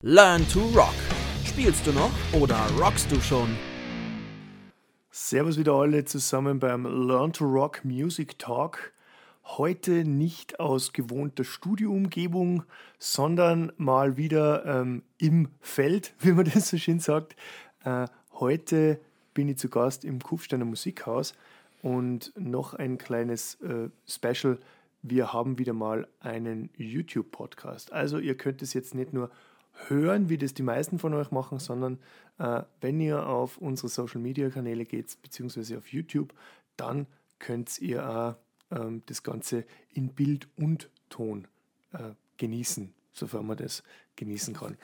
Learn to Rock. Spielst du noch oder rockst du schon? Servus wieder alle zusammen beim Learn to Rock Music Talk. Heute nicht aus gewohnter Studioumgebung, sondern mal wieder im Feld, wie man das so schön sagt. Heute bin ich zu Gast im Kufsteiner Musikhaus und noch ein kleines Special. Wir haben wieder mal einen YouTube-Podcast. Also ihr könnt es jetzt nicht nur hören, wie das die meisten von euch machen, sondern wenn ihr auf unsere Social-Media-Kanäle geht, beziehungsweise auf YouTube, dann könnt ihr auch das Ganze in Bild und Ton genießen, sofern man das genießen kann.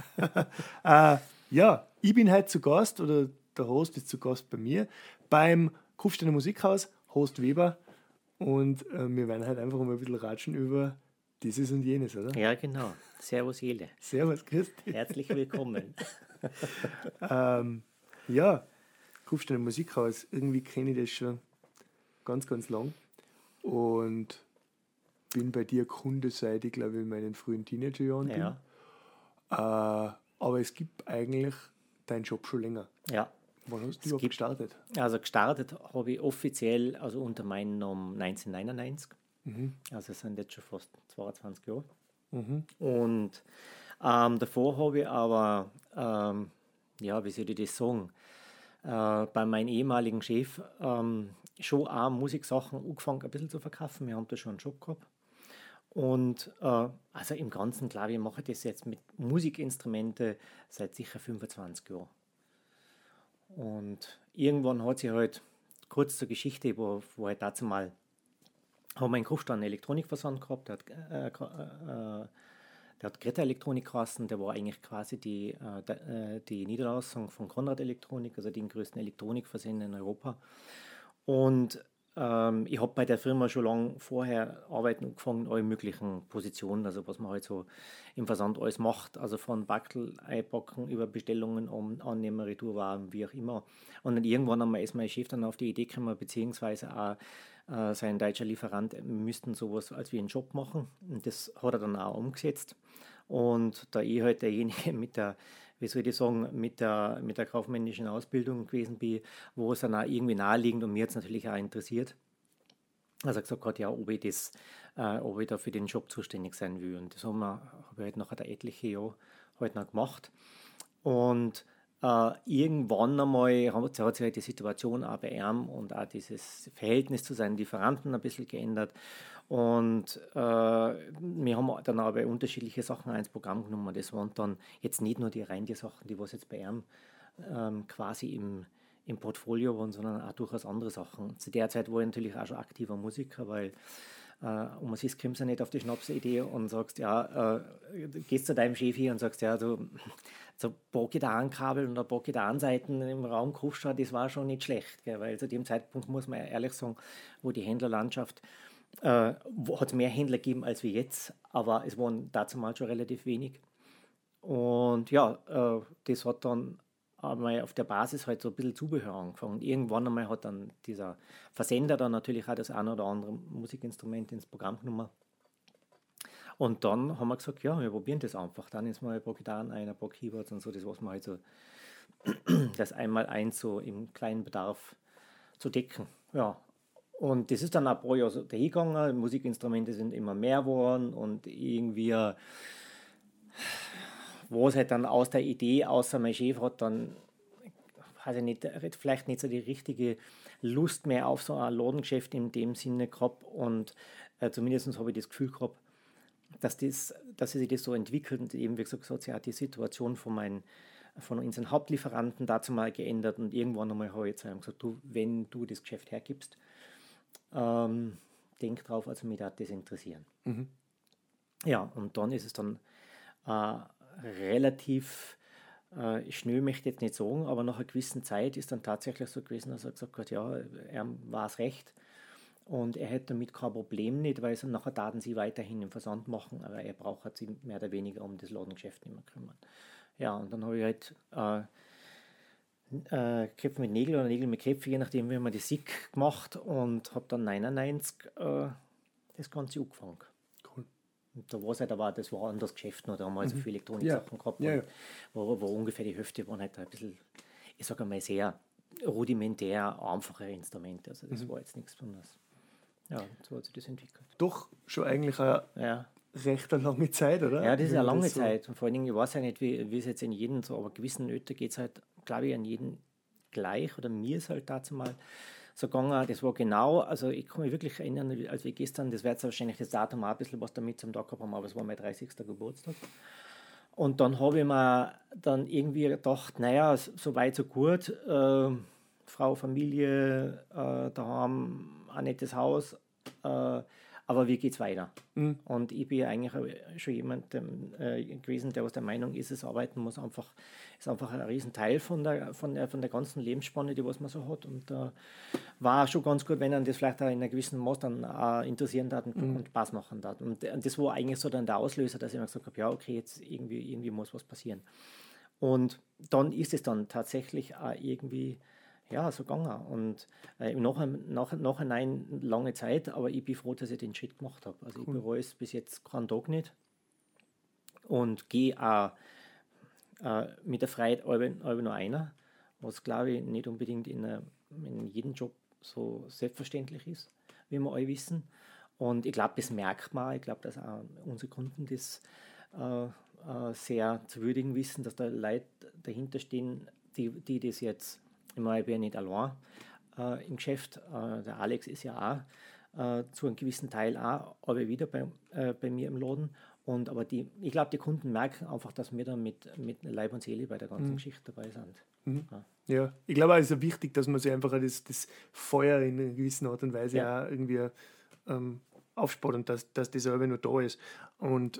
Ja, ich bin heute zu Gast, oder der Host ist zu Gast bei mir, beim Kufsteiner Musikhaus, Host Weber, und wir werden halt einfach mal ein bisschen ratschen über dieses und jenes, oder? Ja, genau. Servus Jele. Servus, Christi. Herzlich willkommen. Ja, Kufsteiner Musikhaus, irgendwie kenne ich das schon ganz, ganz lang und bin bei dir Kunde seit, ich glaube, in meinen frühen Teenagerjahren. Ja. Aber es gibt eigentlich deinen Job schon länger. Ja. Wann hast du überhaupt gestartet? Also gestartet habe ich offiziell also unter meinem Namen 1999. Also es sind jetzt schon fast 22 Jahre. Und davor habe ich aber, ja, wie soll ich das sagen, bei meinem ehemaligen Chef schon auch Musiksachen angefangen ein bisschen zu verkaufen. Wir haben da schon einen Shop gehabt. Und also im Ganzen, glaube ich, mache ich das jetzt mit Musikinstrumente seit sicher 25 Jahren. Und irgendwann hat sich halt kurz zur Geschichte, wo halt dazu mal haben wir in Kufstein einen Elektronikversand gehabt, der hat Greta Elektronik geheißen, der war eigentlich quasi die Niederlassung von Konrad Elektronik, also den größten Elektronikversender in Europa. Und ich habe bei der Firma schon lange vorher arbeiten angefangen, alle möglichen Positionen, also was man halt so im Versand alles macht, also von Backel, Einpacken über Bestellungen, Annehmen, Retourwaren, wie auch immer. Und dann irgendwann einmal ist mein Chef dann auf die Idee gekommen, beziehungsweise auch sein deutscher Lieferant, müssten sowas als wie einen Job machen. Und das hat er dann auch umgesetzt. Und da ich halt derjenige mit der, wie soll ich sagen, mit der kaufmännischen Ausbildung gewesen bin, wo es dann auch irgendwie naheliegend und mir jetzt natürlich auch interessiert, also er gesagt hat, ja, ob ich da für den Job zuständig sein will. Und das habe ich halt nachher etliche Jahre halt noch gemacht. Und irgendwann einmal hat sich halt die Situation auch bei ihm und auch dieses Verhältnis zu seinen Lieferanten ein bisschen geändert. Und wir haben dann aber unterschiedliche Sachen ins Programm genommen. Das waren dann jetzt nicht nur die reinen Sachen, die was jetzt bei ihm quasi im Portfolio waren, sondern auch durchaus andere Sachen. Zu der Zeit war ich natürlich auch schon aktiver Musiker, weil und man siehst, kommst du nicht auf die Schnapsidee und sagst, ja, gehst zu deinem Chef hier und sagst, ja, so ein paar Gitarrenkabel und ein paar Gitarrenseiten im Raum Kufstein, das war schon nicht schlecht, gell? Weil zu dem Zeitpunkt, muss man ehrlich sagen, wo die Händlerlandschaft, hat es mehr Händler gegeben als wie jetzt, aber es waren dazu mal schon relativ wenig. Und ja, das hat dann einmal auf der Basis halt so ein bisschen Zubehör angefangen. Und irgendwann einmal hat dann dieser Versender dann natürlich auch das eine oder andere Musikinstrument ins Programm genommen. Und dann haben wir gesagt, ja, wir probieren das einfach. Dann ist mal ein paar Gitarren ein paar Keyboards und so, das was man halt so, das Einmaleins so im kleinen Bedarf zu decken. Ja. Und das ist dann ein paar Jahre so dahingegangen, Musikinstrumente sind immer mehr geworden und irgendwie wo es halt dann aus der Idee, außer mein Chef hat dann, weiß ich nicht, vielleicht nicht so die richtige Lust mehr auf so ein Ladengeschäft in dem Sinne gehabt und zumindest habe ich das Gefühl gehabt, dass sich das so entwickelt und eben, wie gesagt, hat sich auch die Situation von unseren Hauptlieferanten dazu mal geändert und irgendwann einmal habe ich zu ihm gesagt, du, wenn du das Geschäft hergibst, denk drauf, also mich würde das interessieren. Ja, und dann ist es dann relativ schnell, möchte ich jetzt nicht sagen, aber nach einer gewissen Zeit ist dann tatsächlich so gewesen, dass er gesagt hat, ja, er war es recht und er hätte damit kein Problem nicht, weil nachher Daten sie weiterhin im Versand machen, aber er braucht sich mehr oder weniger um das Ladengeschäft nicht mehr kümmern. Ja, und dann habe ich halt Köpfe mit Nägel oder Nägel mit Köpfe, je nachdem, wie man die SIG gemacht und habe dann 99 das Ganze angefangen. Cool. Da war es halt, aber das war ein anderes Geschäft noch, da haben wir also viele Elektronik-Sachen gehabt, Ja, ja. wo ungefähr die Hälfte waren halt ein bisschen, ich sage einmal, sehr rudimentär einfache Instrumente. Also das war jetzt nichts Besonderes. Ja, so hat sich das entwickelt. Doch schon eigentlich eine Ja. recht lange Zeit, oder? Ja, das ist Wenn eine man lange so- Zeit. Und vor allen Dingen, ich weiß ja nicht, wie es jetzt in jedem so, aber gewissen Nöten geht es halt, glaube ich, an jeden gleich. Oder mir ist halt dazu mal so gegangen, das war genau, also ich kann mich wirklich erinnern, als wir gestern, das wird wahrscheinlich das Datum auch ein bisschen was damit zum Tag gehabt haben, aber es war mein 30. Geburtstag. Und dann habe ich mir dann irgendwie gedacht, naja, so weit, so gut. Frau, Familie, daheim, ein nettes Haus. Aber wie geht's weiter? Und ich bin ja eigentlich schon jemand gewesen, der aus der Meinung ist, das Arbeiten ist einfach ein Riesenteil von der ganzen Lebensspanne, die was man so hat. Und war schon ganz gut, wenn man das vielleicht auch in einem gewissen Maß dann auch interessieren darf und Spaß machen darf. Und das war eigentlich so dann der Auslöser, dass ich mir gesagt habe, ja, okay, jetzt irgendwie muss was passieren. Und dann ist es dann tatsächlich auch irgendwie ja, so gegangen. Und im Nachhinein lange Zeit, aber ich bin froh, dass ich den Schritt gemacht habe. Also ich bereue es bis jetzt keinen Tag nicht und gehe auch mit der Freiheit alle nur einer, was glaube ich nicht unbedingt in jedem Job so selbstverständlich ist, wie wir alle wissen. Und ich glaube, das merkt man. Ich glaube, dass auch unsere Kunden das sehr zu würdigen wissen, dass da Leute dahinter stehen, die das jetzt, ich meine, ich bin ja nicht allein im Geschäft. Der Alex ist ja auch zu einem gewissen Teil auch, aber wieder bei mir im Laden. Aber ich glaube, die Kunden merken einfach, dass wir da mit Leib und Seele bei der ganzen Geschichte dabei sind. Ja, ich glaube, es ist wichtig, dass man sich einfach das Feuer in einer gewissen Art und Weise auch irgendwie aufspart und dass das selber nur da ist. Und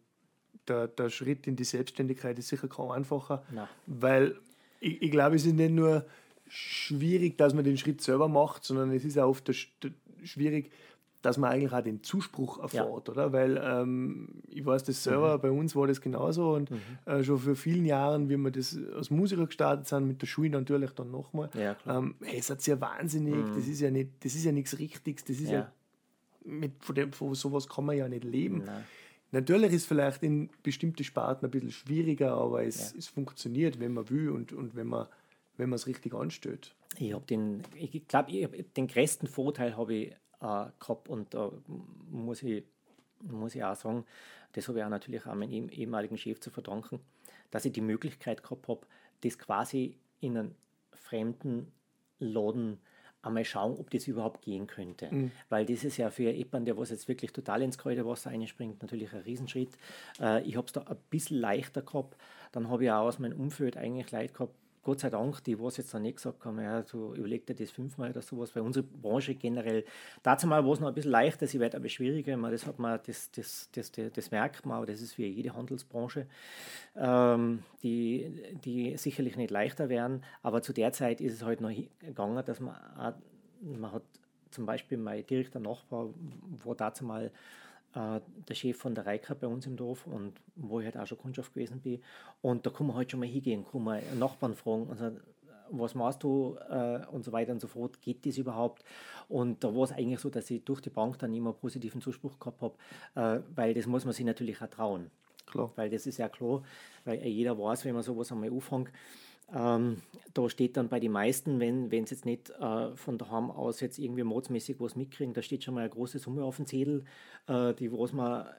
der Schritt in die Selbstständigkeit ist sicher kein einfacher, weil ich glaube, es ist nicht nur schwierig, dass man den Schritt selber macht, sondern es ist auch oft schwierig, dass man eigentlich auch den Zuspruch erfährt, oder? Weil ich weiß das selber, bei uns war das genauso und schon vor vielen Jahren, wie wir das als Musiker gestartet sind, mit der Schule natürlich dann nochmal, es hat ja wahnsinnig, das ist ja nichts Richtiges, das ist von sowas kann man ja nicht leben. Nein. Natürlich ist vielleicht in bestimmten Sparten ein bisschen schwieriger, aber es funktioniert, wenn man will und wenn man es richtig anstellt. Ich glaube, den größten Vorteil habe ich gehabt und da muss ich auch sagen, das habe ich auch natürlich auch meinem ehemaligen Chef zu verdanken, dass ich die Möglichkeit gehabt habe, das quasi in einen fremden Laden einmal schauen, ob das überhaupt gehen könnte. Weil das ist ja für jemanden, der was jetzt wirklich total ins kalte Wasser einspringt, natürlich ein Riesenschritt. Ich habe es da ein bisschen leichter gehabt. Dann habe ich auch aus meinem Umfeld eigentlich Leute gehabt, Gott sei Dank, die was jetzt noch nicht gesagt haben, ja, du überleg dir das 5-mal oder sowas, weil unsere Branche generell, dazu mal war es noch ein bisschen leichter, sie wird aber schwieriger, das merkt man, aber das ist wie jede Handelsbranche, die sicherlich nicht leichter werden, aber zu der Zeit ist es halt noch gegangen, dass man hat zum Beispiel mein direkter Nachbar, war dazu mal der Chef von der Reika bei uns im Dorf und wo ich halt auch schon Kundschaft gewesen bin. Und da kann man halt schon mal hingehen, kann man einen Nachbarn fragen und sagen, was machst du und so weiter und so fort, geht das überhaupt? Und da war es eigentlich so, dass ich durch die Bank dann immer positiven Zuspruch gehabt habe, weil das muss man sich natürlich auch trauen. Klar. Weil das ist ja klar, weil jeder weiß, wenn man sowas einmal anfängt, da steht dann bei den meisten, wenn es jetzt nicht von daheim aus jetzt irgendwie modsmäßig was mitkriegen, da steht schon mal eine große Summe auf dem Zettel, das, was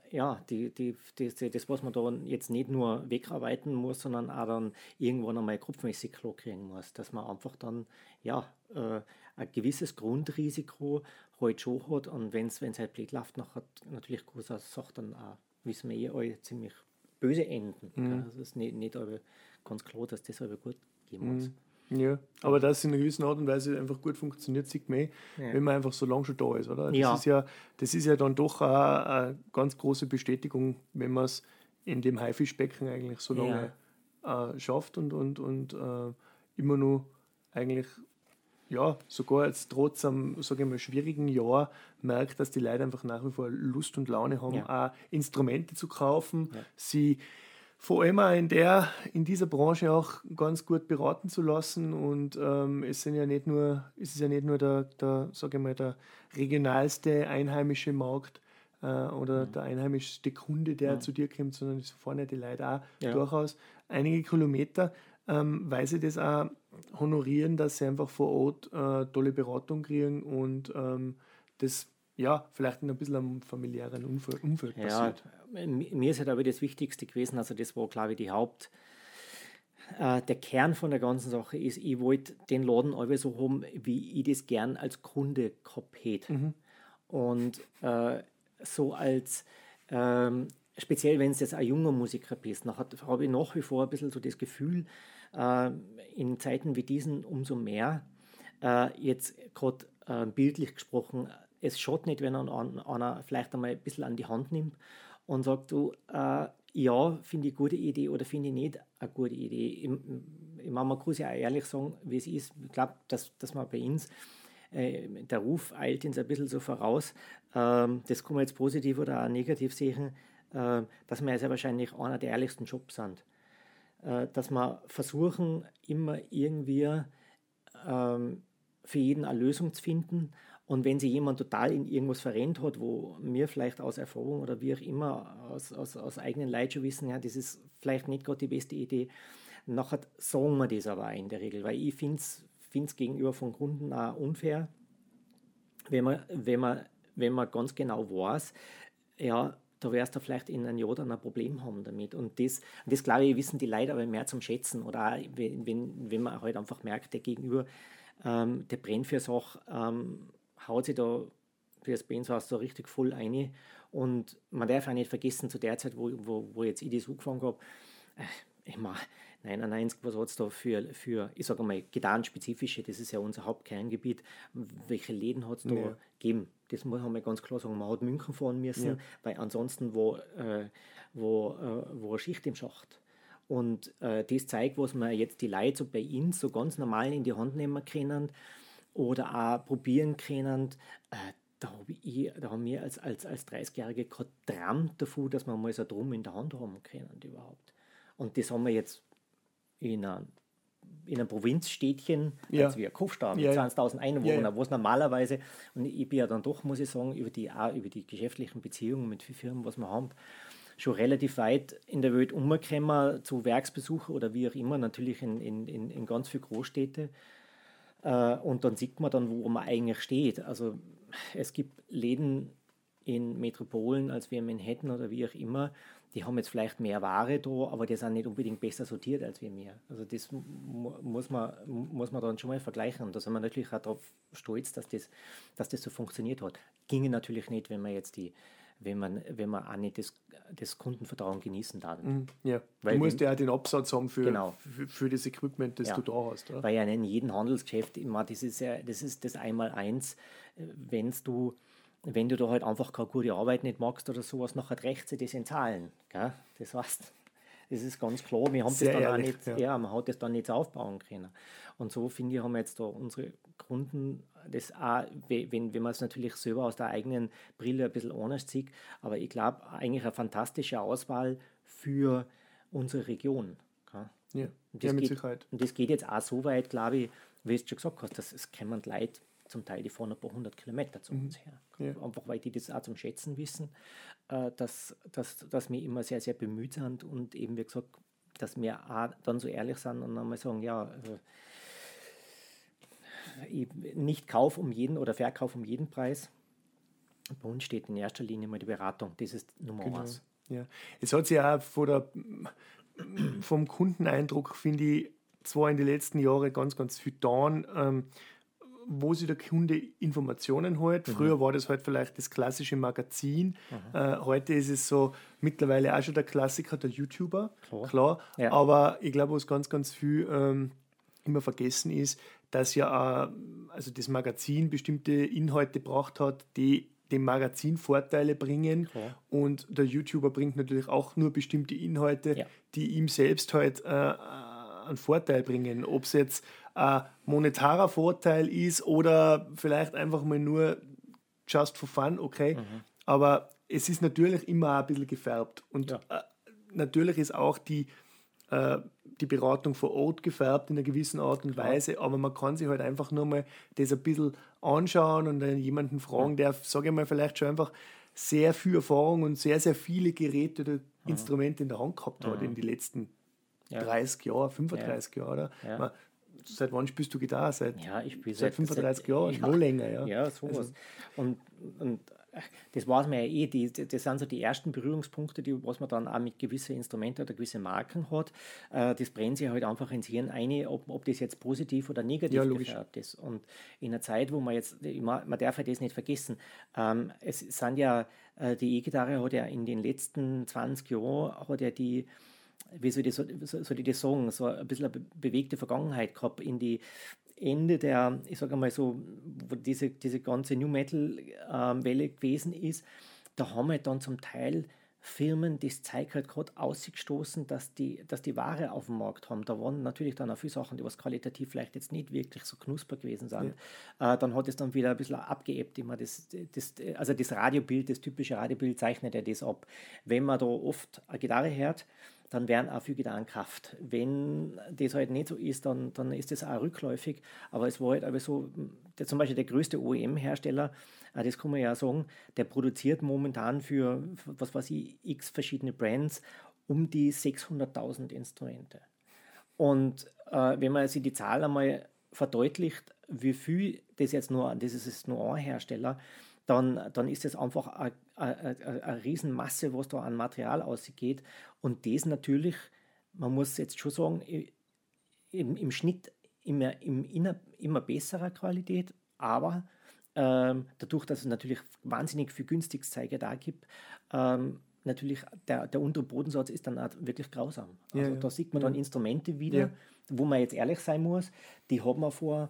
man da jetzt nicht nur wegarbeiten muss, sondern auch dann irgendwann einmal kopfmäßig klar kriegen muss, dass man einfach dann ein gewisses Grundrisiko halt schon hat und wenn es halt blöd läuft, nachher natürlich große Sache dann auch, wissen wir alle, ziemlich böse enden. Also es ist nicht aber ganz klar, dass das aber gut gehen muss. Ja, aber das in einer gewissen Art und Weise einfach gut funktioniert, sieht man wenn man einfach so lange schon da ist, oder? Das ist ja dann doch auch eine ganz große Bestätigung, wenn man es in dem Haifischbecken eigentlich so lange schafft und immer nur eigentlich sogar jetzt trotz einem, sage ich mal, schwierigen Jahr merkt, dass die Leute einfach nach wie vor Lust und Laune haben, auch Instrumente zu kaufen, sie vor allem auch in dieser Branche auch ganz gut beraten zu lassen und es ist ja nicht nur der sage ich mal, der regionalste einheimische Markt, oder der einheimischste Kunde, der zu dir kommt, sondern es fahren ja die Leute auch Ja. durchaus einige Kilometer, weil sie das auch honorieren, dass sie einfach vor Ort tolle Beratung kriegen und das ja vielleicht in ein bisschen einem familiären Umfeld Ja, passiert. mir ist halt aber das Wichtigste gewesen, also das war, glaube ich, der Kern von der ganzen Sache ist, ich wollte den Laden alle so haben, wie ich das gern als Kunde gehabt hätte. Und so als, speziell wenn es jetzt ein junger Musiker bist, habe ich nach wie vor ein bisschen so das Gefühl, in Zeiten wie diesen umso mehr, jetzt gerade bildlich gesprochen, es schadet nicht, wenn einer vielleicht einmal ein bisschen an die Hand nimmt und sagt, du, ja, finde ich eine gute Idee oder finde ich nicht eine gute Idee. Man kann es ja auch ehrlich sagen, wie es ist. Ich glaube, dass man bei uns, der Ruf eilt uns ein bisschen so voraus, das kann man jetzt positiv oder auch negativ sehen, dass wir ja sehr wahrscheinlich einer der ehrlichsten Jobs sind. Dass wir versuchen, immer irgendwie für jeden eine Lösung zu finden. Und wenn sich jemand total in irgendwas verrennt hat, wo mir vielleicht aus Erfahrung oder wie auch immer aus eigenen Leid schon wissen, ja, das ist vielleicht nicht gerade die beste Idee, nachher sagen wir das aber auch in der Regel, weil ich finde es gegenüber von Kunden auch unfair, wenn man ganz genau weiß, ja, da wirst du vielleicht in einem Jahr dann ein Problem haben damit. Und das glaube ich, wissen die Leute aber mehr zum Schätzen. Oder auch, wenn man halt einfach merkt, der Gegenüber, der brennt für Sachen, haut sich da, wie es bei uns heißt, so richtig voll rein. Und man darf auch nicht vergessen, zu der Zeit, wo jetzt ich das angefangen habe, ich meine, 99, was hat es da für, ich sage mal, gitarrenspezifische, das ist ja unser Hauptkerngebiet, welche Läden hat es da gegeben? Das muss man ganz klar sagen, man hat München fahren müssen, weil ansonsten war eine Schicht im Schacht. Und das zeigt, was man jetzt die Leute so bei uns so ganz normal in die Hand nehmen können oder auch probieren können. Da haben wir als 30-Jährige geträumt davon, dass wir mal so Drum in der Hand haben können überhaupt. Und das haben wir jetzt in einem Provinzstädtchen, als wir Kufstein mit 20.000 Einwohnern, wo es normalerweise, und ich bin ja dann doch, muss ich sagen, über die geschäftlichen Beziehungen mit vielen Firmen, was wir haben, schon relativ weit in der Welt umgekommen zu Werksbesuchen oder wie auch immer, natürlich in ganz viele Großstädte. Und dann sieht man dann, wo man eigentlich steht. Also es gibt Läden in Metropolen als wir in Manhattan oder wie auch immer, die haben jetzt vielleicht mehr Ware da, aber die sind nicht unbedingt besser sortiert als wir mehr. Also das muss man dann schon mal vergleichen. Und da sind wir natürlich auch darauf stolz, dass das so funktioniert hat. Ginge natürlich nicht, wenn man jetzt wenn man auch nicht das Kundenvertrauen genießen darf. Ja, weil du musst ja auch den Absatz haben für das Equipment, das du da hast. Oder? Weil ja in jedem Handelsgeschäft immer, das ist das Einmaleins, wenn du da halt einfach keine gute Arbeit nicht magst oder sowas, nachher rächt sich das in Zahlen. Gell? Das heißt, das ist ganz klar, wir haben sehr das dann ehrlich, auch nicht, man hat das dann nicht aufbauen können. Und so, finde ich, haben wir jetzt da unsere Kunden, das auch, wenn man es natürlich selber aus der eigenen Brille ein bisschen anders sieht, aber ich glaube, eigentlich eine fantastische Auswahl für unsere Region. Gell? Ja, mit Sicherheit. Und das geht jetzt auch so weit, glaube ich, wie du schon gesagt hast, dass es kommen Leute, zum Teil, die fahren ein paar 100 Kilometer zu uns her. Ja. Einfach, weil die das auch zum Schätzen wissen, dass wir immer sehr, sehr bemüht sind und eben, wie gesagt, dass wir auch dann so ehrlich sind und einmal sagen, ja, nicht Kauf um jeden oder Verkauf um jeden Preis. Bei uns steht in erster Linie mal die Beratung. Das ist Nummer 1. Ja. Es hat sich auch vom Kundeneindruck, finde ich, zwar in den letzten Jahren ganz, ganz viel getan, wo sich der Kunde Informationen holt. Früher war das halt vielleicht das klassische Magazin. Heute ist es so mittlerweile auch schon der Klassiker, der YouTuber. Klar. Ja. Aber ich glaube, was ganz, ganz viel immer vergessen ist, dass ja also das Magazin bestimmte Inhalte gebracht hat, die dem Magazin Vorteile bringen. Und der YouTuber bringt natürlich auch nur bestimmte Inhalte, die ihm selbst halt einen Vorteil bringen. Ob es jetzt ein monetarer Vorteil ist oder vielleicht einfach mal nur just for fun, okay. Aber es ist natürlich immer ein bisschen gefärbt. Und natürlich ist auch die Beratung vor Ort gefärbt in einer gewissen Art und Weise, aber man kann sich halt einfach nur mal das ein bisschen anschauen und dann jemanden fragen, der, sage ich mal, vielleicht schon einfach sehr viel Erfahrung und sehr, sehr viele Geräte oder Instrumente in der Hand gehabt hat in den letzten 30 Jahren, 35 Jahren. Oder? Ja. Seit wann spielst du Gitarre? Ich spiele seit 35 Jahren, noch länger. Ja, ja sowas. Also. Und das weiß man ja das sind so die ersten Berührungspunkte, was man dann auch mit gewissen Instrumenten oder gewissen Marken hat. Das brennt sich halt einfach ins Hirn ein, ob das jetzt positiv oder negativ gefärbt ist. Und in einer Zeit, wo man jetzt, man darf ja das nicht vergessen, es sind ja, die E-Gitarre hat ja in den letzten 20 Jahren, hat ja die, wie soll ich das sagen, so ein bisschen eine bewegte Vergangenheit gehabt in die Ende der, ich sage mal so, wo diese ganze New Metal Welle gewesen ist, da haben halt dann zum Teil Firmen das Zeug halt gerade ausgestoßen, dass die Ware auf dem Markt haben. Da waren natürlich dann auch viele Sachen, die was qualitativ vielleicht jetzt nicht wirklich so knusper gewesen sind. Ja. Dann hat es dann wieder ein bisschen abgeebbt. Immer also das Radiobild, das typische Radiobild zeichnet ja das ab. Wenn man da oft eine Gitarre hört, dann werden auch viele Gitarren gekauft. Wenn das halt nicht so ist, dann ist das auch rückläufig. Aber es war halt aber so, zum Beispiel der größte OEM-Hersteller, das kann man ja sagen, der produziert momentan für, was weiß ich, x verschiedene Brands um die 600.000 Instrumente. Und wenn man sich die Zahl einmal verdeutlicht, wie viel das ist nur ein Hersteller, dann ist das einfach eine Riesenmasse, was da an Material ausgeht. Und das natürlich, man muss jetzt schon sagen, im Schnitt immer besserer Qualität, aber dadurch, dass es natürlich wahnsinnig viel günstiges Zeug da gibt, natürlich der untere Bodensatz ist dann auch wirklich grausam. Also da sieht man dann Instrumente wieder, wo man jetzt ehrlich sein muss, die hat man vor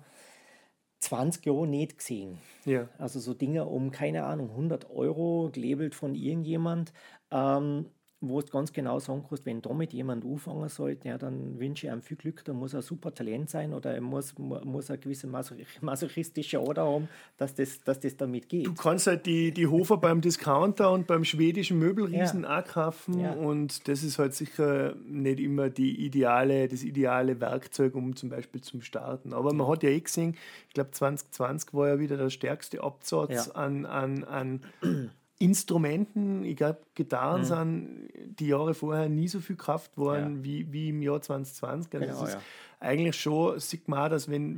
20 Jahre nicht gesehen. Ja. Also so Dinge um, keine Ahnung, 100 Euro gelabelt von irgendjemand, wo du ganz genau sagen kannst, wenn damit jemand anfangen sollte, ja, dann wünsche ich ihm viel Glück, da muss er super Talent sein oder er muss eine gewisse masochistische Ader haben, dass das damit geht. Du kannst halt die Hofer beim Discounter und beim schwedischen Möbelriesen auch kaufen und das ist halt sicher nicht immer das ideale Werkzeug, um zum Beispiel zum Starten. Aber man hat ja gesehen, ich glaube 2020 war ja wieder der stärkste Absatz an Instrumenten. Ich glaube, Gitarren sind die Jahre vorher nie so viel gekauft worden wie im Jahr 2020. Also Genau, eigentlich schon, sieht man auch, dass wenn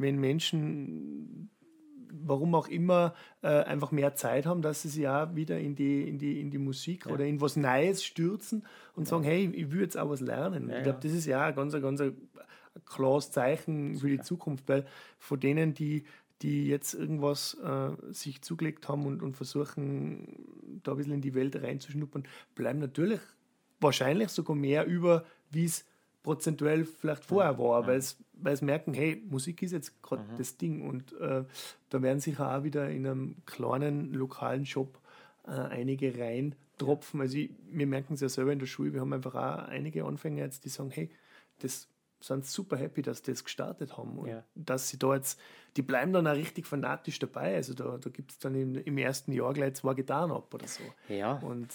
Menschen, warum auch immer, einfach mehr Zeit haben, dass sie sich auch wieder in die Musik oder in was Neues stürzen und sagen, hey, ich will jetzt auch was lernen. Ich glaube, das ist ja ein ganz klares Zeichen für die Zukunft, weil von denen, die jetzt irgendwas sich zugelegt haben und versuchen, da ein bisschen in die Welt reinzuschnuppern, bleiben natürlich wahrscheinlich sogar mehr über, wie es prozentuell vielleicht vorher war, weil es merken, hey, Musik ist jetzt gerade das Ding und da werden sicher auch wieder in einem kleinen lokalen Shop einige reintropfen. Also wir merken es ja selber in der Schule, wir haben einfach auch einige Anfänger jetzt, die sagen, hey, das sind super happy, dass die das gestartet haben und dass sie da jetzt, die bleiben dann auch richtig fanatisch dabei, also da gibt es dann im ersten Jahr gleich 2 Gitarren ab oder so. Ja. Und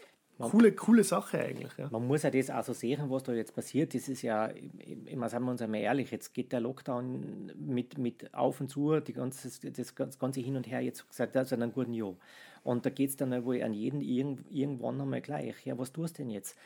coole Sache eigentlich. Ja. Man muss ja das auch so sehen, was da jetzt passiert. Das ist ja, immer sagen wir uns einmal ehrlich, jetzt geht der Lockdown mit auf und zu, das ganze Hin und Her jetzt seit einem guten Jahr. Und da geht es dann wohl an jeden irgendwann einmal gleich. Ja, was tust du denn jetzt?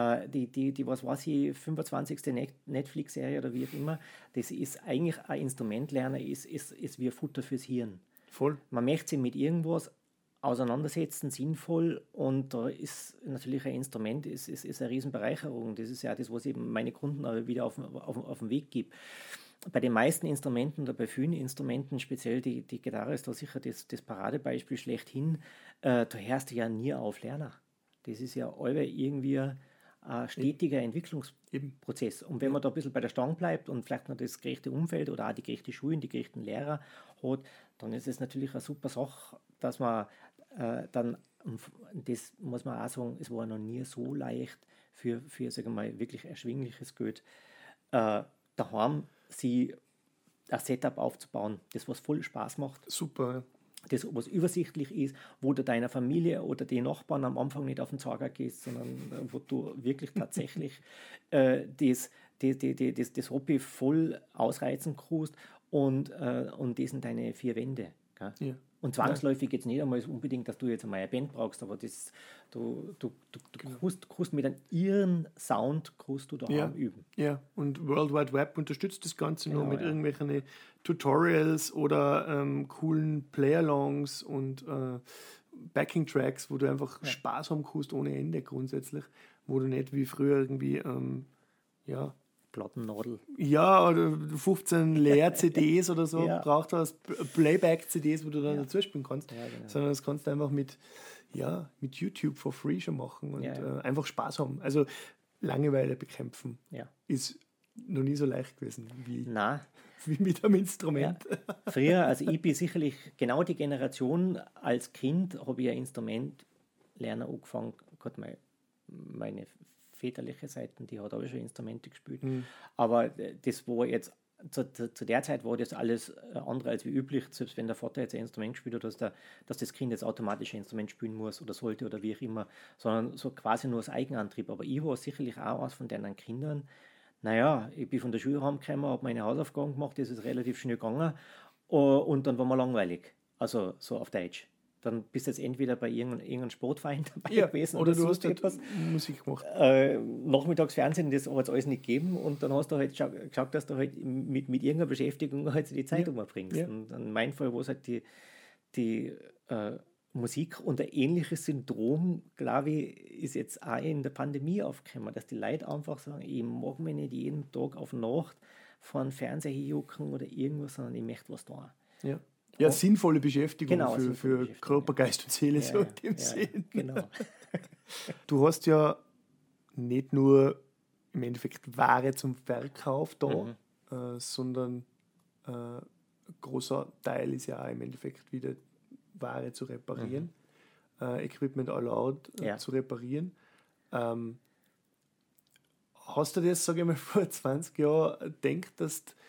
Die was weiß ich, 25. Netflix-Serie oder wie auch immer, das ist eigentlich ein Instrumentlerner, ist wie Futter fürs Hirn. Voll. Man möchte sich mit irgendwas auseinandersetzen, sinnvoll, und da ist natürlich ein Instrument, ist eine Riesenbereicherung. Das ist ja das, was eben meine Kunden aber wieder auf den Weg gibt. Bei den meisten Instrumenten oder bei vielen Instrumenten, speziell die Gitarre ist da sicher das Paradebeispiel schlechthin, da hörst du ja nie auf Lerner. Das ist ja irgendwie ein stetiger Entwicklungsprozess. Und wenn man da ein bisschen bei der Stange bleibt und vielleicht noch das gerechte Umfeld oder auch die gerechte Schulen, die gerechten Lehrer hat, dann ist es natürlich eine super Sache, dass man dann, das muss man auch sagen, es war noch nie so leicht für sagen wir mal, wirklich erschwingliches Geld, daheim sie ein Setup aufzubauen, das was voll Spaß macht. Super. Das, was übersichtlich ist, wo du deiner Familie oder den Nachbarn am Anfang nicht auf den Zeiger gehst, sondern wo du wirklich tatsächlich das Hobby voll ausreizen kannst und das sind deine 4 Wände. Gell? Ja. Und zwangsläufig jetzt nicht einmal unbedingt, dass du jetzt einmal eine Band brauchst, aber du kannst mit einem irren Sound kannst du daheim üben. Ja, und World Wide Web unterstützt das Ganze noch mit ja. irgendwelchen Tutorials oder coolen Play-Alongs und Backing-Tracks, wo du einfach Spaß haben kannst ohne Ende grundsätzlich, wo du nicht wie früher irgendwie Plattennadel. Ja, oder 15 Leer-CDs oder so Ja. braucht hast, Playback-CDs, wo du dann dazu spielen kannst, Ja, genau. sondern das kannst du einfach mit YouTube for free schon machen und Ja. einfach Spaß haben. Also Langeweile bekämpfen Ja. ist noch nie so leicht gewesen wie mit einem Instrument. Ja. Früher, also ich bin sicherlich genau die Generation, als Kind habe ich ein Instrument lernen angefangen, gerade meine väterliche Seite, die hat auch schon Instrumente gespielt. Aber das war jetzt, zu der Zeit war das alles andere als wie üblich, selbst wenn der Vater jetzt ein Instrument gespielt hat, dass das Kind jetzt automatisch ein Instrument spielen muss oder sollte oder wie auch immer, sondern so quasi nur aus Eigenantrieb. Aber ich war sicherlich auch eines von deinen Kindern. Naja, ich bin von der Schule heimgekommen, habe meine Hausaufgaben gemacht, das ist relativ schnell gegangen und dann war mir langweilig. Also so auf Deutsch. Dann bist du jetzt entweder bei irgendeinem Sportverein dabei gewesen oder du so hast etwas. Musik gemacht. Nachmittagsfernsehen, das hat es alles nicht gegeben und dann hast du halt geschaut, dass du halt mit irgendeiner Beschäftigung halt die Zeit umbringst. Ja. Und in meinem Fall war es halt die Musik und ein ähnliches Syndrom, glaube ich, ist jetzt auch in der Pandemie aufgekommen, dass die Leute einfach sagen, ich mag mich nicht jeden Tag auf Nacht vor den Fernseher hinjucken oder irgendwas, sondern ich möchte was tun. Ja, sinnvolle Beschäftigung Genau, für sinnvolle Beschäftigung, Körper, Geist und Seele, so in dem Sinn. Genau. Du hast ja nicht nur im Endeffekt Ware zum Verkauf da, sondern ein großer Teil ist ja auch im Endeffekt wieder Ware zu reparieren, Equipment all out zu reparieren. Hast du das, sage ich mal, vor 20 Jahren gedacht, dass du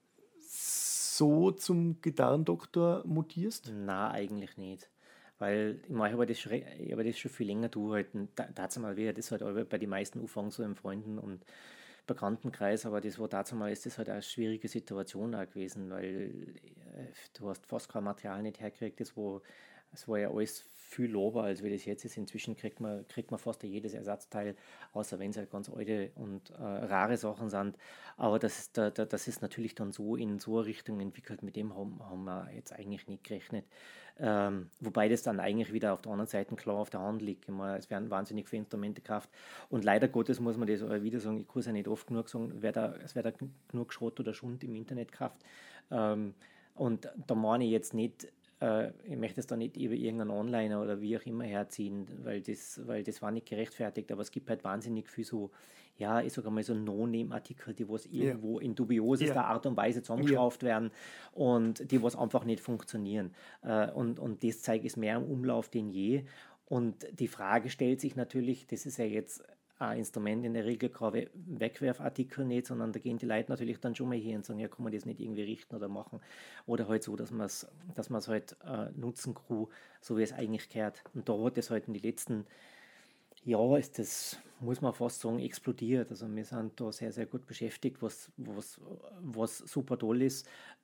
so zum Gitarrendoktor mutierst? Nein, eigentlich nicht. Weil ich habe das schon viel länger durchgehalten. Dazu mal wieder, das halt auch bei den meisten Anfang so im Freunden- und Bekanntenkreis, aber das war dazu mal, ist das halt eine schwierige Situation auch gewesen, weil du hast fast kein Material nicht hergekriegt. Es war ja alles viel lober, als wie das jetzt ist. Inzwischen kriegt man fast jedes Ersatzteil, außer wenn es halt ganz alte und rare Sachen sind. Aber das ist natürlich dann so in so eine Richtung entwickelt, mit dem haben wir jetzt eigentlich nicht gerechnet. Wobei das dann eigentlich wieder auf der anderen Seite klar auf der Hand liegt. Es werden wahnsinnig viele Instrumente gekauft. Und leider Gottes muss man das auch wieder sagen, ich kann es ja nicht oft genug sagen, es wird genug Schrott oder Schund im Internet gekauft. Und da meine ich jetzt nicht, ich möchte es da nicht über irgendeinen Onliner oder wie auch immer herziehen, weil das war nicht gerechtfertigt, aber es gibt halt wahnsinnig viel so, ja, ich sage mal so No-Name-Artikel, die was irgendwo in dubiosester Art und Weise zusammengeschraubt werden und die was einfach nicht funktionieren. Und das Zeug ist mehr im Umlauf denn je. Und die Frage stellt sich natürlich, das ist ja jetzt ein Instrument in der Regel kein Wegwerfartikel nicht, sondern da gehen die Leute natürlich dann schon mal hier und sagen, ja, kann man das nicht irgendwie richten oder machen oder halt so, dass man es halt nutzen kann, so wie es eigentlich gehört. Und da hat es halt in den letzten Jahren ist das, muss man fast sagen, explodiert. Also wir sind da sehr, sehr gut beschäftigt, was super toll ist.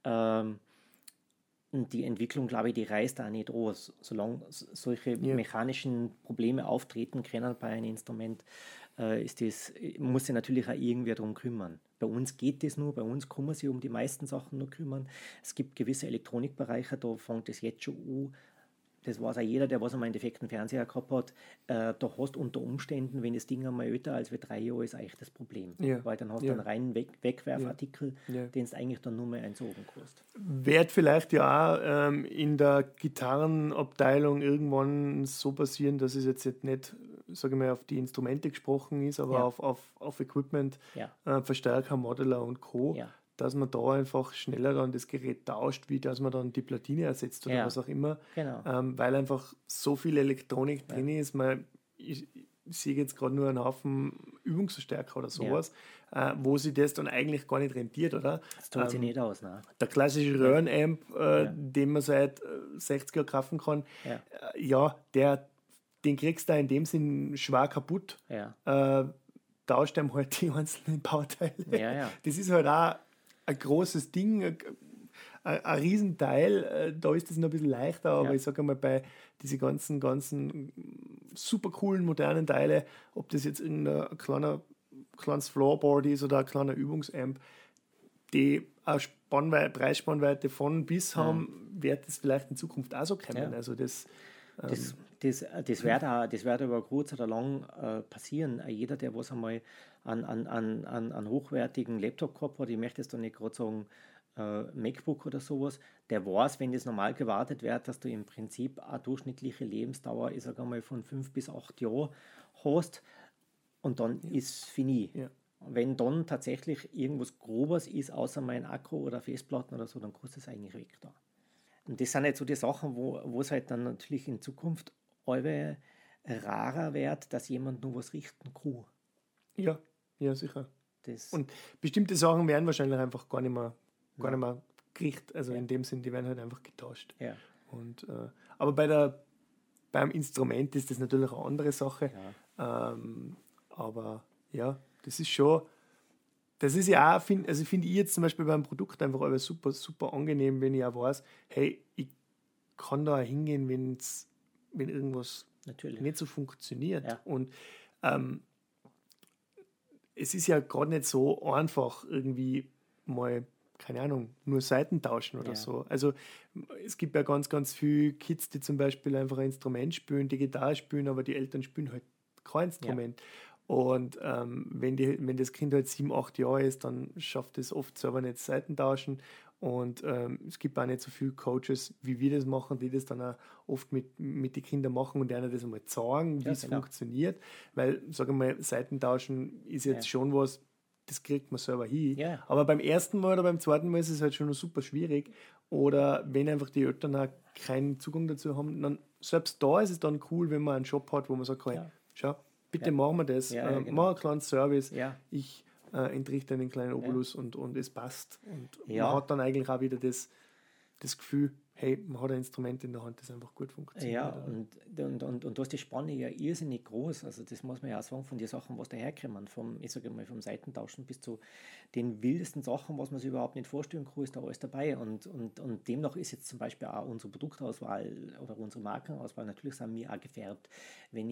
Und die Entwicklung, glaube ich, die reißt auch nicht aus. Solange solche mechanischen Probleme auftreten können bei einem Instrument, muss sich natürlich auch irgendwer darum kümmern. Bei uns geht das nur, bei uns kann man sich um die meisten Sachen nur kümmern. Es gibt gewisse Elektronikbereiche, da fängt es jetzt schon an. Das weiß auch jeder, der was einmal einen defekten Fernseher gehabt hat. Da hast du unter Umständen, wenn das Ding einmal älter als 3 Jahre ist, eigentlich das Problem. Weil dann hast du einen reinen Wegwerfartikel, den du eigentlich dann nur mehr entsorgen kannst. Wird vielleicht ja auch in der Gitarrenabteilung irgendwann so passieren, dass es jetzt nicht, sage ich mal, auf die Instrumente gesprochen ist, aber auf Equipment, Verstärker, Modeler und Co., dass man da einfach schneller dann das Gerät tauscht, wie dass man dann die Platine ersetzt oder was auch immer. Genau. Weil einfach so viel Elektronik drin ist. Ich sehe jetzt gerade nur einen Haufen Übungsverstärker oder sowas, wo sich das dann eigentlich gar nicht rentiert, oder? Das tut sich nicht aus, ne? Der klassische Röhrenamp, den man seit 60 Jahren kaufen kann, den kriegst du in dem Sinn schwer kaputt. Tauscht ihm halt die einzelnen Bauteile. Das ist halt auch ein großes Ding, ein Riesenteil. Da ist es noch ein bisschen leichter, aber Ja. ich sage einmal, bei diesen ganzen super coolen, modernen Teile, ob das jetzt irgendein kleines Floorboard ist oder ein kleiner Übungsamp, die eine Preisspannweite von bis haben, wird es vielleicht in Zukunft auch so kommen. Ja. Also das Das wird über kurz oder lang passieren. Jeder, der was einmal an hochwertigen Laptop gehabt hat, ich möchte jetzt da nicht gerade sagen MacBook oder sowas, der weiß, wenn das normal gewartet wird, dass du im Prinzip eine durchschnittliche Lebensdauer, ich sage einmal, von 5 bis 8 Jahren hast und dann ist fini. Ja. Wenn dann tatsächlich irgendwas Grobes ist, außer mein Akku oder Festplatten oder so, dann kostet es eigentlich weg da. Und das sind halt so die Sachen, wo es halt dann natürlich in Zukunft alle rarer wird, dass jemand nur was richten kann. Ja, sicher. Das, Und bestimmte Sachen werden wahrscheinlich einfach gar nicht mehr gerichtet. Also Ja. in dem Sinn, die werden halt einfach getauscht. ja, Und, aber beim Instrument ist das natürlich eine andere Sache. ja, Aber ja, das ist schon, das ist ja auch, finde ich jetzt zum Beispiel beim Produkt einfach alles super, super angenehm, wenn ich auch weiß, hey, ich kann da auch hingehen, wenn irgendwas natürlich. nicht so funktioniert. Ja. Und es ist ja gerade nicht so einfach, irgendwie mal, keine Ahnung, nur Seiten tauschen oder Ja. so. Also es gibt ja ganz, ganz viele Kids, die zum Beispiel einfach ein Instrument spielen, die Gitarre spielen, aber die Eltern spielen halt kein Instrument. Und wenn das Kind halt 7, 8 Jahre ist, dann schafft es oft selber nicht Seiten tauschen. Und es gibt auch nicht so viele Coaches, wie wir das machen, die das dann auch oft mit den Kindern machen und denen das einmal zeigen, wie Ja, es genau. funktioniert. Weil, sage ich mal, Seiten tauschen ist jetzt schon was, das kriegt man selber hin. Ja. Aber beim ersten Mal oder beim zweiten Mal ist es halt schon noch super schwierig. Oder wenn einfach die Eltern auch keinen Zugang dazu haben, dann selbst da ist es dann cool, wenn man einen Shop hat, wo man sagt, hey, Ja. schau, bitte machen wir das, Ja, ja, genau. mach einen kleinen Service, Ja. ich entrichte einen kleinen Obolus und es passt. Und Ja. man hat dann eigentlich auch wieder das Gefühl, hey, man hat ein Instrument in der Hand, das einfach gut funktioniert. Ja, oder? und da ist die Spanne ja irrsinnig groß. Also das muss man ja auch sagen, von den Sachen, was daherkommen, ich sage mal, vom Seitentauschen bis zu den wildesten Sachen, was man sich überhaupt nicht vorstellen kann, ist da alles dabei. Und demnach ist jetzt zum Beispiel auch unsere Produktauswahl oder unsere Markenauswahl natürlich sind mir auch gefärbt. Wenn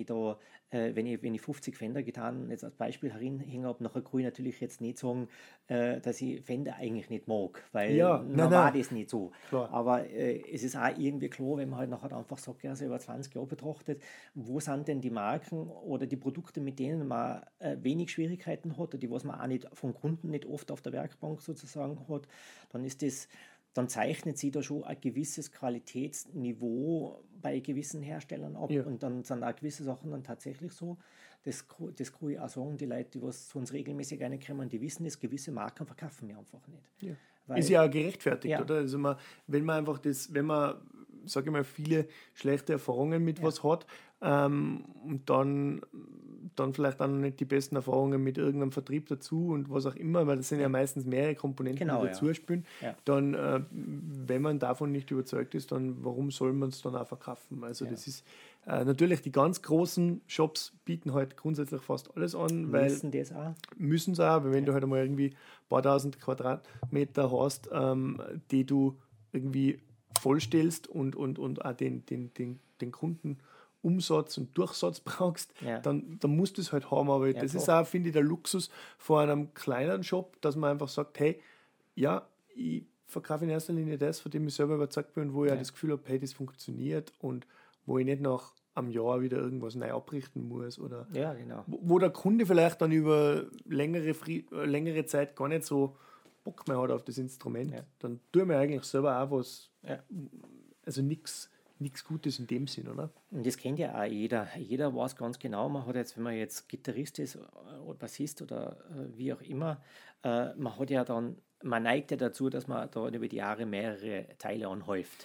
ich 50 Fender-Gitarren jetzt als Beispiel herinhänge habe, nachher kann ich natürlich jetzt nicht sagen, dass ich Fender eigentlich nicht mag, weil Ja, war nein. das nicht so. Klar. Aber es ist auch irgendwie klar, wenn man halt nachher einfach sagt, ja, so über 20 Jahre betrachtet, wo sind denn die Marken oder die Produkte, mit denen man wenig Schwierigkeiten hat, oder die was man auch nicht vom Kunden nicht oft auf der Werkbank sozusagen hat, dann zeichnet sich da schon ein gewisses Qualitätsniveau bei gewissen Herstellern ab. Ja. Und dann sind auch gewisse Sachen dann tatsächlich so. Das kann ich auch sagen, die Leute, die was zu uns regelmäßig reinkommen, die wissen das, gewisse Marken verkaufen wir einfach nicht. Ja. Weil- Ist ja auch gerechtfertigt, Ja. oder? Also wenn man sage ich mal, viele schlechte Erfahrungen mit was hat und dann vielleicht dann nicht die besten Erfahrungen mit irgendeinem Vertrieb dazu und was auch immer, weil das sind ja meistens mehrere Komponenten, Genau, die ja. dazu spielen, Ja. dann, wenn man davon nicht überzeugt ist, dann warum soll man es dann auch verkaufen? Also das ist natürlich, die ganz großen Shops bieten halt grundsätzlich fast alles an, weil Wissen das auch? müssen sie auch, weil wenn du halt einmal irgendwie ein paar tausend Quadratmeter hast, die du irgendwie vollstellst und auch den Kundenumsatz und Durchsatz brauchst, Ja. dann musst du es halt haben. Aber das ist klar. auch, finde ich, der Luxus von einem kleineren Shop, dass man einfach sagt, hey, ja, ich verkaufe in erster Linie das, von dem ich selber überzeugt bin und wo ich auch das Gefühl habe, hey, das funktioniert und wo ich nicht nach einem Jahr wieder irgendwas neu abrichten muss oder Ja, genau. wo der Kunde vielleicht dann über längere Zeit gar nicht so Bock mehr hat auf das Instrument, Ja. dann tue ich mir eigentlich selber auch was, Ja. also nichts Gutes in dem Sinn, oder? Und das kennt ja auch jeder. Jeder weiß ganz genau, man hat jetzt, wenn man jetzt Gitarrist ist oder Bassist oder wie auch immer, man hat ja dann, man neigt ja dazu, dass man da über die Jahre mehrere Teile anhäuft.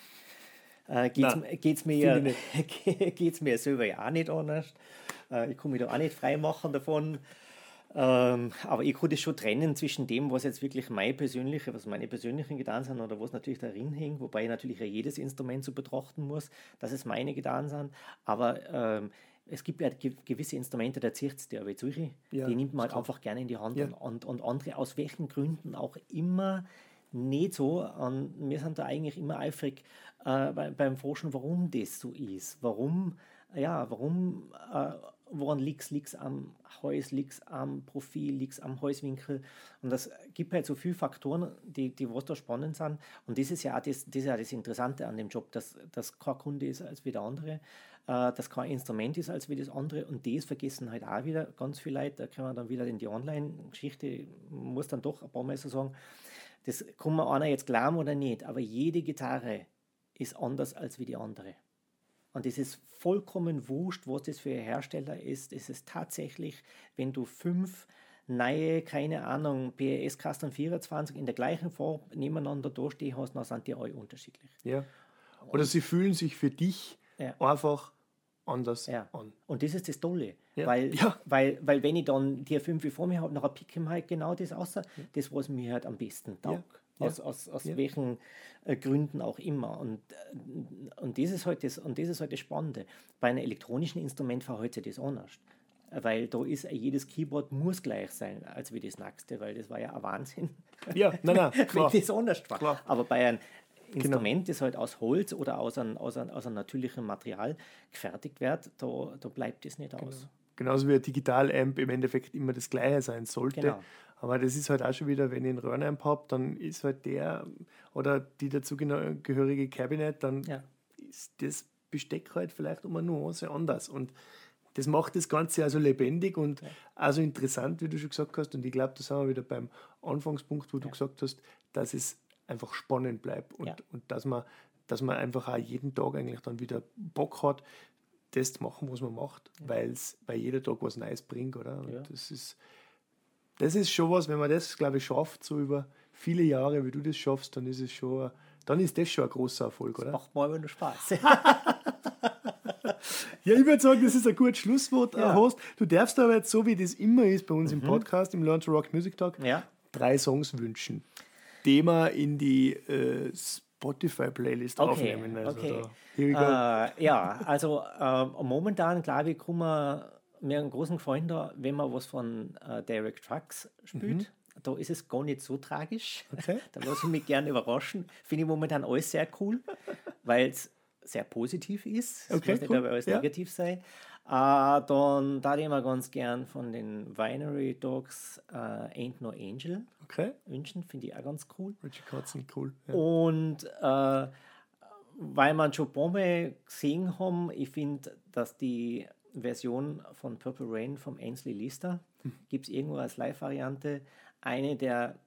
Geht's mir selber ja auch nicht anders. Ich kann mich da auch nicht frei machen davon. Aber ich kann das schon trennen zwischen dem, was jetzt wirklich meine persönlichen Gedanken sind oder was natürlich darin hängt, wobei ich natürlich auch jedes Instrument so betrachten muss, dass es meine Gedanken sind. Aber es gibt ja gewisse Instrumente, da zieht es dir aber durch. Ja, Die nimmt man ist halt einfach gerne in die Hand Ja. und andere, aus welchen Gründen auch immer, nicht so. Und wir sind da eigentlich immer eifrig beim Forschen, warum das so ist. Warum, woran liegt es? Liegt es am Hals, liegt es am Profil, liegt es am Halswinkel? Und das gibt halt so viele Faktoren, die was da spannend sind. Und das ist ja auch das Interessante an dem Job, dass kein Kunde ist als wie der andere, dass kein Instrument ist als wie das andere. Und das vergessen halt auch wieder ganz viele Leute. Da können wir dann wieder in die Online-Geschichte, muss dann doch ein paar Mal so sagen, das kann man einer jetzt glauben oder nicht, aber jede Gitarre ist anders als wie die andere. Und es ist vollkommen wurscht, was das für ein Hersteller ist. Es ist tatsächlich, wenn du 5 neue, keine Ahnung, PRS Custom 24 in der gleichen Farbe nebeneinander durchstehen hast, dann sind die alle unterschiedlich. Ja. Oder sie fühlen sich für dich einfach anders an. Und das ist das Tolle. Ja. Weil wenn ich dann die 5 vor mir habe, nachher pick ich mir halt genau das aus, das, was mir halt am besten taugt. Aus welchen Gründen auch immer. Und das ist halt das Spannende. Bei einem elektronischen Instrument verhält sich das anders. Weil da ist jedes Keyboard muss gleich sein, als wie das nächste, weil das war ja ein Wahnsinn. Ja, nein, klar. Wenn das anders war. Klar. Aber bei einem Instrument, das halt aus Holz oder aus einem natürlichen Material gefertigt wird, da bleibt das nicht aus. Genauso wie ein Digital-Amp im Endeffekt immer das Gleiche sein sollte. Genau. Aber das ist halt auch schon wieder, wenn ich einen Röhrenamp habe, dann ist halt der oder die dazugehörige Cabinet, dann ist das Besteck halt vielleicht um eine Nuance anders. Und das macht das Ganze also lebendig und also interessant, wie du schon gesagt hast. Und ich glaube, da sind wir wieder beim Anfangspunkt, wo du gesagt hast, dass es einfach spannend bleibt und dass man einfach auch jeden Tag eigentlich dann wieder Bock hat, das zu machen, was man macht, weil jeder Tag was Neues bringt, oder? Und das ist schon was, wenn man das, glaube ich, schafft, so über viele Jahre, wie du das schaffst, dann ist das schon ein großer Erfolg, oder? Macht mal nur Spaß. Ja, ich würde sagen, das ist ein gutes Schlusswort, Horst. Du darfst aber jetzt, so wie das immer ist bei uns im Podcast, im Learn to Rock Music Talk, 3 Songs wünschen, die wir in die Spotify-Playlist aufnehmen. Also also momentan, glaube ich, kann man mir einen großen Gefallen da, wenn man was von Derek Trucks spielt. Da ist es gar nicht so tragisch. Okay. Da lasse ich mich gerne überraschen. Finde ich momentan alles sehr cool, weil es sehr positiv ist. Es muss nicht aber alles negativ sein. Dann da ich mir ganz gern von den Binary Dogs Ain't No Angel wünschen. Finde ich auch ganz cool. Richie Kotzen, cool. Ja. Und weil man schon ein paar Mal gesehen haben, ich finde, dass die Version von Purple Rain vom Ainsley Lister, gibt es irgendwo als Live-Variante, eine der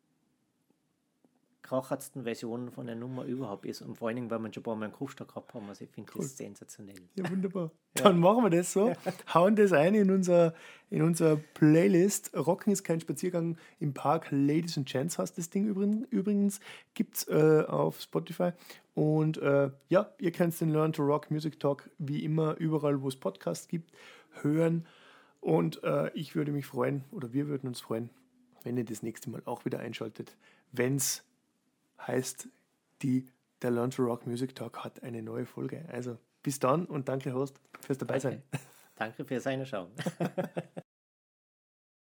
krachigsten Versionen von der Nummer überhaupt ist. Und vor allen Dingen, weil man schon ein paar Mal einen Kufstock gehabt haben. Also ich finde das sensationell. Ja, wunderbar. Dann machen wir das so. Hauen das ein in unser Playlist. Rocken ist kein Spaziergang im Park. Ladies and Gents heißt das Ding übrigens. Gibt es auf Spotify. Und ihr könnt den Learn to Rock Music Talk wie immer überall, wo es Podcasts gibt, hören. Und ich würde mich freuen, oder wir würden uns freuen, wenn ihr das nächste Mal auch wieder einschaltet, wenn es heißt, der Learn to Rock Music Talk hat eine neue Folge. Also bis dann und danke, Horst, fürs Dabeisein. Danke fürs Reinschauen.